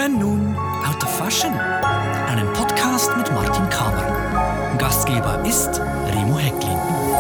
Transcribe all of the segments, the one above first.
Sie hören nun Out of Fashion, einen Podcast mit Martin Kamer. Gastgeber ist Remo Hecklin.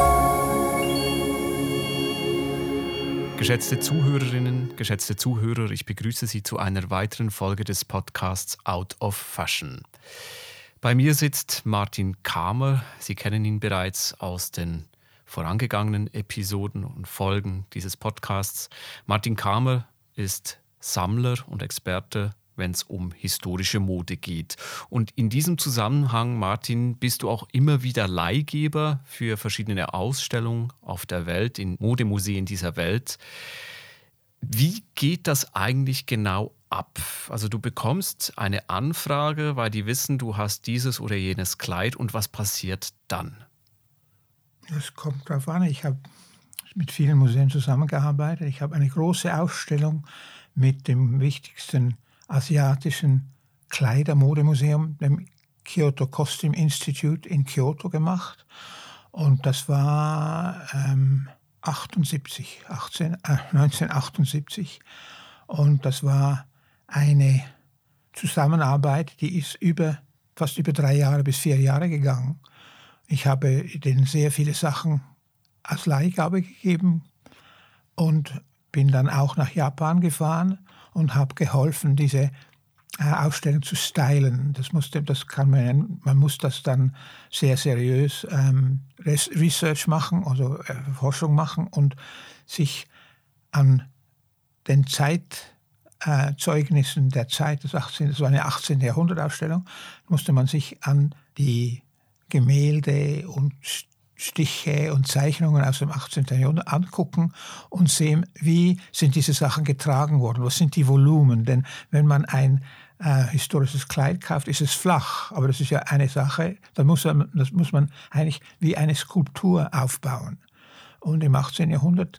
Geschätzte Zuhörerinnen, geschätzte Zuhörer, ich begrüße Sie zu einer weiteren Folge des Podcasts Out of Fashion. Bei mir sitzt Martin Kamer. Sie kennen ihn bereits aus den vorangegangenen Episoden und Folgen dieses Podcasts. Martin Kamer ist Sammler und Experte, wenn es um historische Mode geht. Und in diesem Zusammenhang, Martin, bist du auch immer wieder Leihgeber für verschiedene Ausstellungen auf der Welt, in Modemuseen dieser Welt. Wie geht das eigentlich genau ab? Also du bekommst eine Anfrage, weil die wissen, du hast dieses oder jenes Kleid, und was passiert dann? Das kommt darauf an. Ich habe mit vielen Museen zusammengearbeitet. Ich habe eine große Ausstellung mit dem wichtigsten asiatischen Kleidermodemuseum, dem Kyoto Costume Institute in Kyoto, gemacht. Und das war 1978. Und das war eine Zusammenarbeit, die ist fast über 3 Jahre bis 4 Jahre gegangen. Ich habe denen sehr viele Sachen als Leihgabe gegeben und bin dann auch nach Japan gefahren und habe geholfen, diese Ausstellung zu stylen. Man muss das dann sehr seriös Research machen, also Forschung machen und sich an den Zeitzeugnissen der Zeit, das war eine 18. Jahrhundert-Ausstellung, musste man sich an die Gemälde und Stiche und Zeichnungen aus dem 18. Jahrhundert angucken und sehen, wie sind diese Sachen getragen worden, was sind die Volumen. Denn wenn man ein historisches Kleid kauft, ist es flach, aber das ist ja eine Sache, das muss man eigentlich wie eine Skulptur aufbauen. Und im 18. Jahrhundert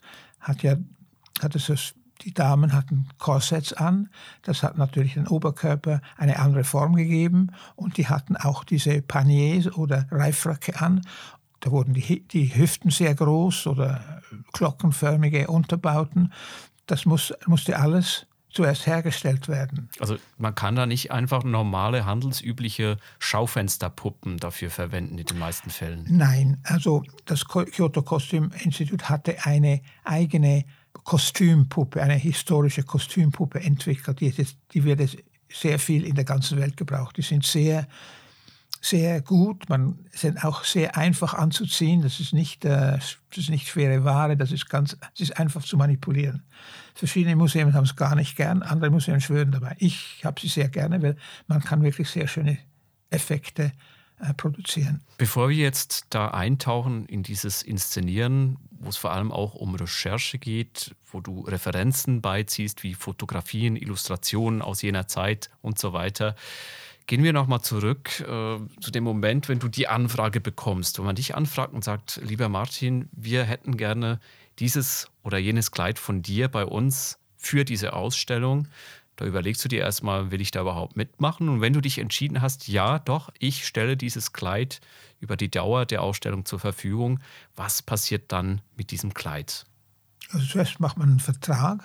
die Damen hatten Korsetts an, das hat natürlich den Oberkörper eine andere Form gegeben, und die hatten auch diese Paniers oder Reifröcke an. Da wurden die Hüften sehr groß oder glockenförmige Unterbauten. Das musste alles zuerst hergestellt werden. Also man kann da nicht einfach normale, handelsübliche Schaufensterpuppen dafür verwenden in den meisten Fällen? Nein, also das Kyoto Costume Institute hatte eine eigene Kostümpuppe, eine historische Kostümpuppe entwickelt. Die wird sehr viel in der ganzen Welt gebraucht. Die sind sehr, sehr gut, sind auch sehr einfach anzuziehen. Das ist nicht schwere Ware, das ist einfach zu manipulieren. Verschiedene Museen haben es gar nicht gern, andere Museen schwören dabei. Ich habe sie sehr gerne, weil man kann wirklich sehr schöne Effekte produzieren. Bevor wir jetzt da eintauchen in dieses Inszenieren, wo es vor allem auch um Recherche geht, wo du Referenzen beiziehst, wie Fotografien, Illustrationen aus jener Zeit und so weiter, gehen wir nochmal zurück zu dem Moment, wenn du die Anfrage bekommst, wo man dich anfragt und sagt, lieber Martin, wir hätten gerne dieses oder jenes Kleid von dir bei uns für diese Ausstellung. Da überlegst du dir erstmal, will ich da überhaupt mitmachen? Und wenn du dich entschieden hast, ja doch, ich stelle dieses Kleid über die Dauer der Ausstellung zur Verfügung, was passiert dann mit diesem Kleid? Also zuerst macht man einen Vertrag.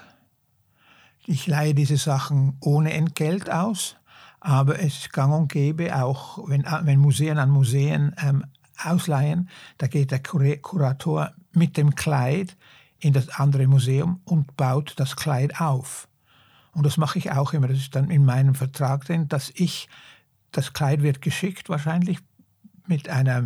Ich leihe diese Sachen ohne Entgelt aus, aber es ist gang und gäbe, auch wenn Museen an Museen ausleihen, da geht der Kurator mit dem Kleid in das andere Museum und baut das Kleid auf. Und das mache ich auch immer. Das ist dann in meinem Vertrag drin, das Kleid wird geschickt wahrscheinlich mit einer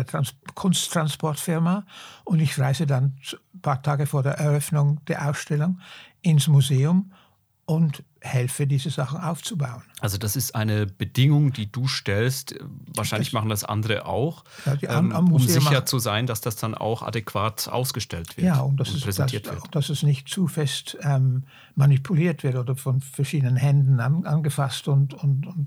Kunsttransportfirma, und ich reise dann ein paar Tage vor der Eröffnung der Ausstellung ins Museum und helfe, diese Sachen aufzubauen. Also das ist eine Bedingung, die du stellst. Wahrscheinlich machen das andere auch, ja, um sicher zu sein, dass das dann auch adäquat ausgestellt wird, ja, und präsentiert wird. Dass es nicht zu fest manipuliert wird oder von verschiedenen Händen angefasst und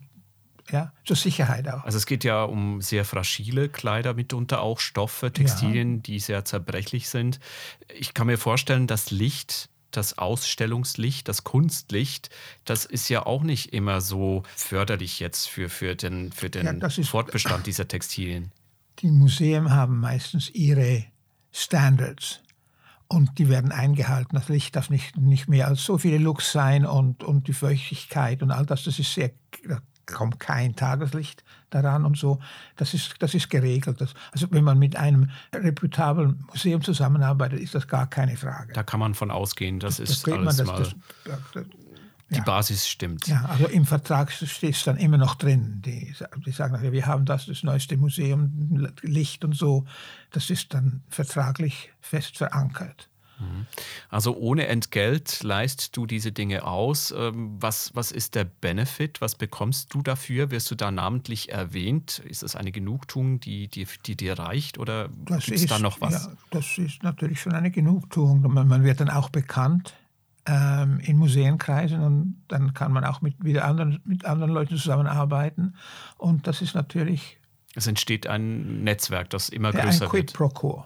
ja, zur Sicherheit auch. Also es geht ja um sehr fragile Kleider, mitunter auch Stoffe, Textilien, die sehr zerbrechlich sind. Ich kann mir vorstellen, das Licht, das Ausstellungslicht, das Kunstlicht, das ist ja auch nicht immer so förderlich jetzt für den Fortbestand dieser Textilien. Die Museen haben meistens ihre Standards. Und die werden eingehalten. Das Licht darf nicht mehr als so viele Lux sein und die Feuchtigkeit und all das. Das ist da kommt kein Tageslicht daran und so. Das ist geregelt. Also wenn man mit einem reputablen Museum zusammenarbeitet, ist das gar keine Frage. Da kann man von ausgehen, das ist alles mal... Die Basis stimmt. Ja, also im Vertrag steht es dann immer noch drin. Die sagen, wir haben das neueste Museum, Licht und so. Das ist dann vertraglich fest verankert. Also ohne Entgelt leistest du diese Dinge aus. Was ist der Benefit? Was bekommst du dafür? Wirst du da namentlich erwähnt? Ist das eine Genugtuung, die dir reicht? Oder gibt es da noch was? Ja, das ist natürlich schon eine Genugtuung. Man wird dann auch bekannt in Museenkreisen und dann kann man auch mit anderen Leuten zusammenarbeiten. Und das ist natürlich... Es entsteht ein Netzwerk, das immer größer wird. Ein Quid pro quo.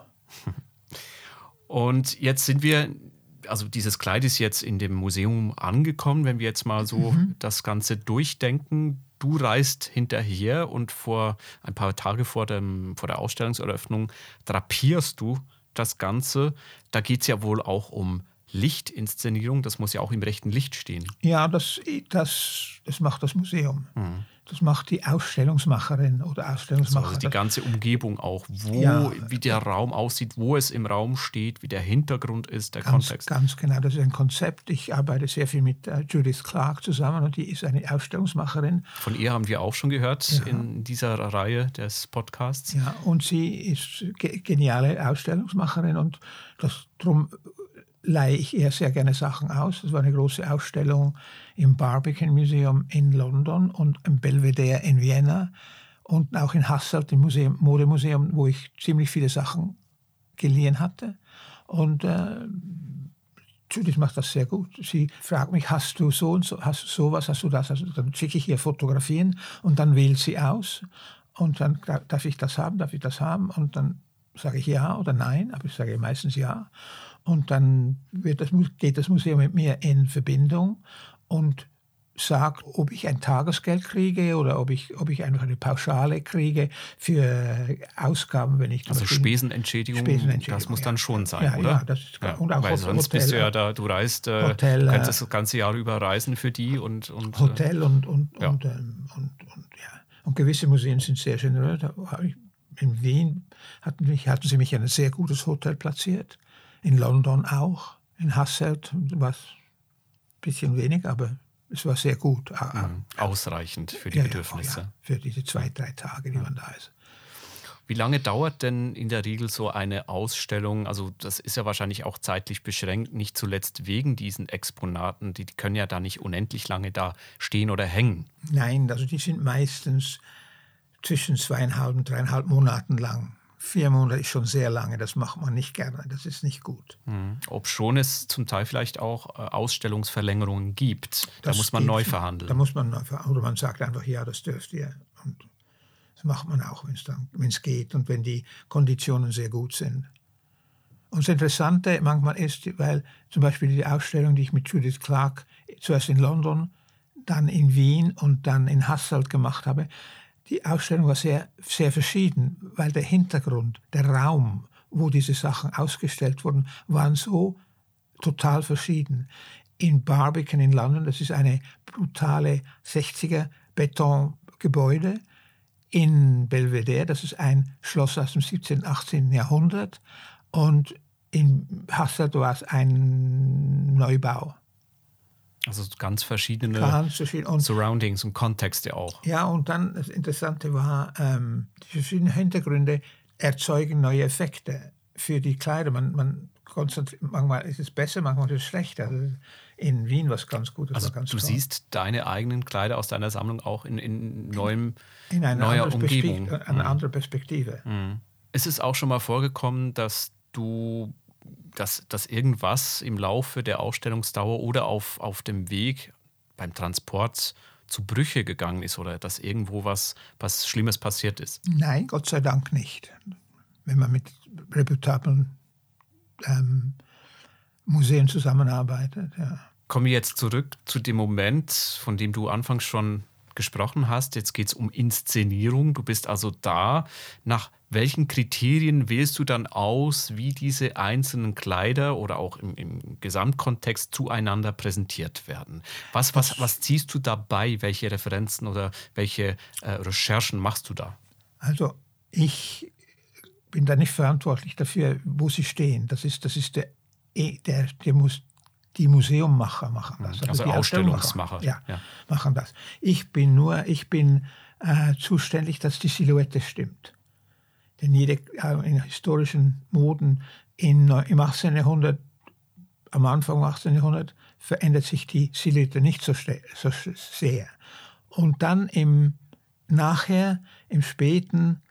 Und jetzt sind wir, also dieses Kleid ist jetzt in dem Museum angekommen, wenn wir jetzt mal so das Ganze durchdenken. Du reist hinterher und ein paar Tage vor der Ausstellungseröffnung drapierst du das Ganze. Da geht es ja wohl auch um Lichtinszenierung, das muss ja auch im rechten Licht stehen. Ja, das macht das Museum. Das macht die Ausstellungsmacherin oder Ausstellungsmacher. Also die ganze Umgebung auch, wie der Raum aussieht, wo es im Raum steht, wie der Hintergrund ist, der Kontext. Ganz genau, das ist ein Konzept. Ich arbeite sehr viel mit Judith Clark zusammen und die ist eine Ausstellungsmacherin. Von ihr haben wir auch schon gehört in dieser Reihe des Podcasts. Ja, und sie ist geniale Ausstellungsmacherin und darum leihe ich ihr sehr gerne Sachen aus. Das war eine große Ausstellung im Barbican Museum in London und im Belvedere in Vienna und auch in Hasselt, im Modemuseum, wo ich ziemlich viele Sachen geliehen hatte. Und Judith macht das sehr gut. Sie fragt mich, hast du so und so, hast du sowas, hast du das? Dann schicke ich ihr Fotografien und dann wählt sie aus. Und dann darf ich das haben? Und dann sage ich ja oder nein, aber ich sage meistens ja. Und dann geht das Museum mit mir in Verbindung und sagt, ob ich ein Tagesgeld kriege oder ob ich einfach eine Pauschale kriege für Ausgaben, wenn ich... Also Spesenentschädigung, das muss dann schon sein, oder? Ja, das ist klar. Und auch weil sonst Hotel, bist du ja da, du reist, Hotel, du kannst das ganze Jahr über reisen für die und Hotel und gewisse Museen sind sehr generös. In Wien hatten sie mich in ein sehr gutes Hotel platziert. In London auch. In Hasselt war es ein bisschen wenig, aber es war sehr gut. Ausreichend für die Bedürfnisse. Ja, für diese 2-3 Tage, die man da ist. Wie lange dauert denn in der Regel so eine Ausstellung? Also das ist ja wahrscheinlich auch zeitlich beschränkt, nicht zuletzt wegen diesen Exponaten. Die können ja da nicht unendlich lange da stehen oder hängen. Nein, also die sind meistens zwischen 2,5 und 3,5 Monaten lang. 4 Monate ist schon sehr lange, das macht man nicht gerne, das ist nicht gut. Obschon es zum Teil vielleicht auch Ausstellungsverlängerungen gibt. Da muss man neu verhandeln. Da muss man neu verhandeln. Oder man sagt einfach, ja, das dürft ihr. Und das macht man auch, wenn es geht und wenn die Konditionen sehr gut sind. Und das Interessante manchmal ist, weil zum Beispiel die Ausstellung, die ich mit Judith Clark zuerst in London, dann in Wien und dann in Hasselt gemacht habe, die Ausstellung war sehr, sehr verschieden, weil der Hintergrund, der Raum, wo diese Sachen ausgestellt wurden, waren so total verschieden. In Barbican in London, das ist eine brutale 60er Betongebäude. In Belvedere, das ist ein Schloss aus dem 17., 18. Jahrhundert. Und in Hasselt war es ein Neubau. Also ganz verschiedene Surroundings und Kontexte auch. Ja, und dann das Interessante war, die verschiedenen Hintergründe erzeugen neue Effekte für die Kleider. Manchmal ist es besser, manchmal ist es schlechter. Also in Wien war es ganz gut. Also du siehst deine eigenen Kleider aus deiner Sammlung auch in neuer Umgebung. Eine andere Perspektive. Es ist auch schon mal vorgekommen, dass irgendwas im Laufe der Ausstellungsdauer oder auf dem Weg beim Transport zu Brüche gegangen ist oder dass irgendwo was Schlimmes passiert ist? Nein, Gott sei Dank nicht. Wenn man mit reputablen Museen zusammenarbeitet. Ja. Kommen wir jetzt zurück zu dem Moment, von dem du anfangs schon gesprochen hast. Jetzt geht es um Inszenierung. Du bist also da. Nach welchen Kriterien wählst du dann aus, wie diese einzelnen Kleider oder auch im Gesamtkontext zueinander präsentiert werden? Was ziehst du dabei? Welche Referenzen oder welche Recherchen machst du da? Also ich bin da nicht verantwortlich dafür, wo sie stehen. Das ist die Museummacher machen das. Also die Ausstellungsmacher. Ja, machen das. Ich bin zuständig, dass die Silhouette stimmt. Denn in historischen Moden im 18. Jahrhundert, am Anfang des 18. Jahrhunderts, verändert sich die Silhouette nicht so sehr. Und dann im späten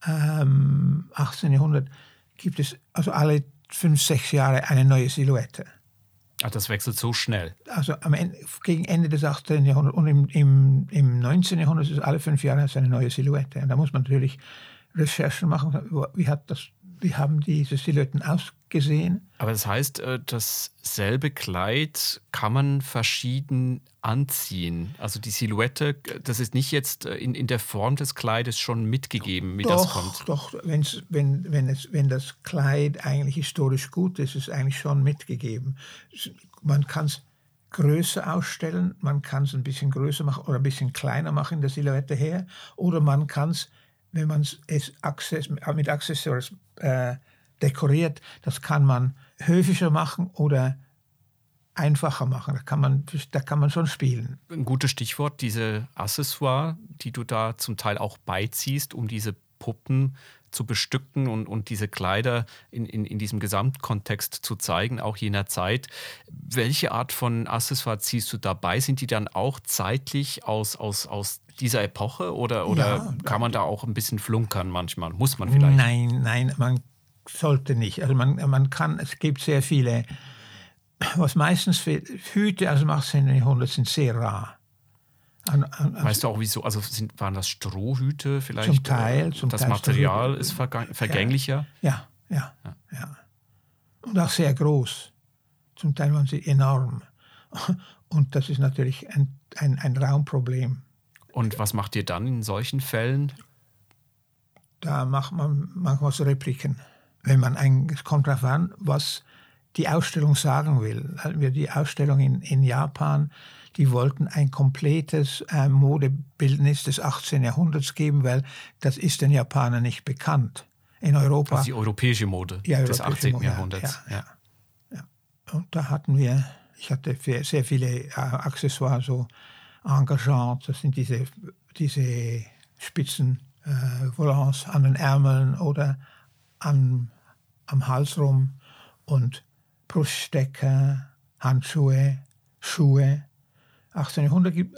18. Jahrhundert gibt es also alle 5-6 Jahre eine neue Silhouette. Ach, das wechselt so schnell. Also gegen Ende des 18. Jahrhunderts und im 19. Jahrhundert ist es alle 5 Jahre eine neue Silhouette. Und da muss man natürlich Recherchen machen, wie haben diese Silhouetten ausgesehen. Aber das heißt, dasselbe Kleid kann man verschieden anziehen. Also die Silhouette, das ist nicht jetzt in der Form des Kleides schon mitgegeben, wie das kommt. Doch, wenn das Kleid eigentlich historisch gut ist, ist es eigentlich schon mitgegeben. Man kann es größer ausstellen, man kann es ein bisschen größer machen oder ein bisschen kleiner machen in der Silhouette her, oder man kann es, wenn man es mit Accessoires dekoriert, das kann man höfischer machen oder einfacher machen. Da kann man schon spielen. Ein gutes Stichwort, diese Accessoires, die du da zum Teil auch beiziehst, um diese Puppen zu bestücken und diese Kleider in diesem Gesamtkontext zu zeigen, auch jener Zeit. Welche Art von Accessoires ziehst du dabei? Sind die dann auch zeitlich aus dieser Epoche oder kann man da auch ein bisschen flunkern manchmal? Muss man vielleicht? Nein, man sollte nicht. Also es gibt sehr viele, was meistens für Hüte aus dem 18. Jahrhundert sind sehr rar. Weißt du auch wieso? Also waren das Strohhüte vielleicht? Zum Teil. Das Material ist vergänglicher? Ja. Und auch sehr groß. Zum Teil waren sie enorm. Und das ist natürlich ein Raumproblem. Und was macht ihr dann in solchen Fällen? Da macht man manchmal so Repliken. Es kommt darauf an, was die Ausstellung sagen will. Die Ausstellung in Japan, die wollten ein kompletes Modebildnis des 18. Jahrhunderts geben, weil das ist den Japanern nicht bekannt. In Europa. Also die europäische Mode des 18. Jahrhunderts. Ja. Und da ich hatte sehr viele Accessoires, so Engagement, das sind diese spitzen Volants an den Ärmeln oder am Hals rum und Bruststecker, Handschuhe, Schuhe. 18. Jahrhundert gibt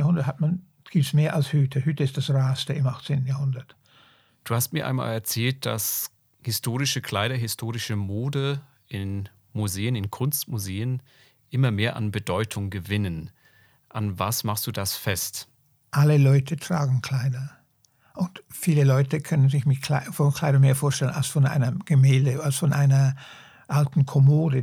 es mehr als Hüte. Hüte ist das Rarste im 18. Jahrhundert. Du hast mir einmal erzählt, dass historische Kleider, historische Mode in Museen, in Kunstmuseen immer mehr an Bedeutung gewinnen. An was machst du das fest? Alle Leute tragen Kleider. Und viele Leute können sich von Kleidern mehr vorstellen als von einem Gemälde, als von einer alten Kommode.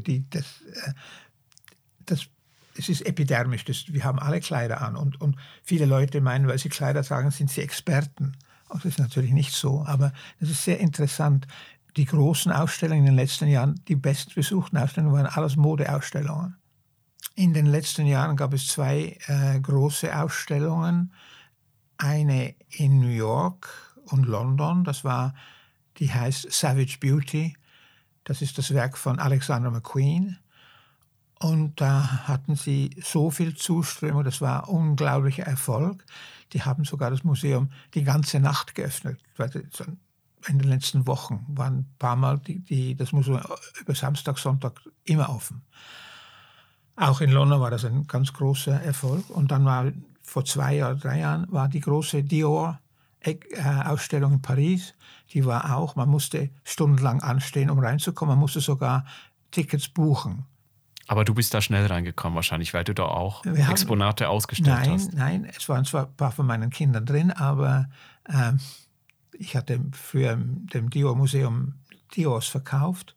Es ist epidermisch, wir haben alle Kleider an. Und viele Leute meinen, weil sie Kleider tragen, sind sie Experten. Und das ist natürlich nicht so. Aber es ist sehr interessant. Die großen Ausstellungen in den letzten Jahren, die bestbesuchten Ausstellungen, waren alles Modeausstellungen. In den letzten Jahren gab es 2 große Ausstellungen. Eine in New York und London, die heißt Savage Beauty. Das ist das Werk von Alexander McQueen. Und da hatten sie so viel Zuströmung, das war ein unglaublicher Erfolg. Die haben sogar das Museum die ganze Nacht geöffnet. In den letzten Wochen waren ein paar Mal das Museum über Samstag, Sonntag immer offen. Auch in London war das ein ganz großer Erfolg. Und dann war vor 2 oder 3 Jahren war die große Dior-Ausstellung in Paris. Die war auch, man musste stundenlang anstehen, um reinzukommen. Man musste sogar Tickets buchen. Aber du bist da schnell reingekommen wahrscheinlich, weil du da auch Exponate ausgestellt hast. Nein, es waren zwar ein paar von meinen Kindern drin, aber ich hatte früher dem Dior-Museum Diors verkauft.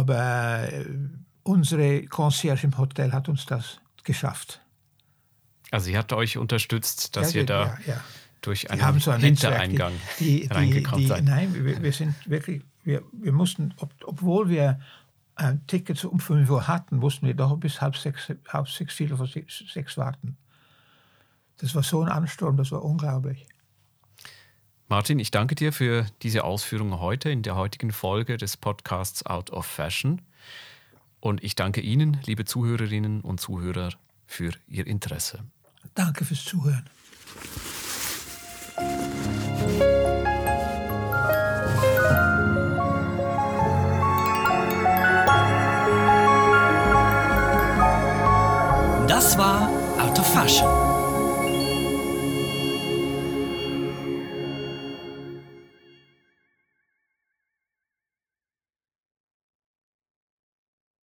Aber unsere Concierge im Hotel hat uns das geschafft. Also sie hat euch unterstützt, dass ihr da durch einen so Hintereingang reingekommen seid. Nein, wir sind wirklich, wir mussten, obwohl wir Tickets um 5 Uhr hatten, mussten wir doch bis halb sechs, Viertel vor sechs warten. Das war so ein Ansturm, das war unglaublich. Martin, ich danke dir für diese Ausführungen heute in der heutigen Folge des Podcasts Out of Fashion. Und ich danke Ihnen, liebe Zuhörerinnen und Zuhörer, für Ihr Interesse. Danke fürs Zuhören. Das war Out of Fashion.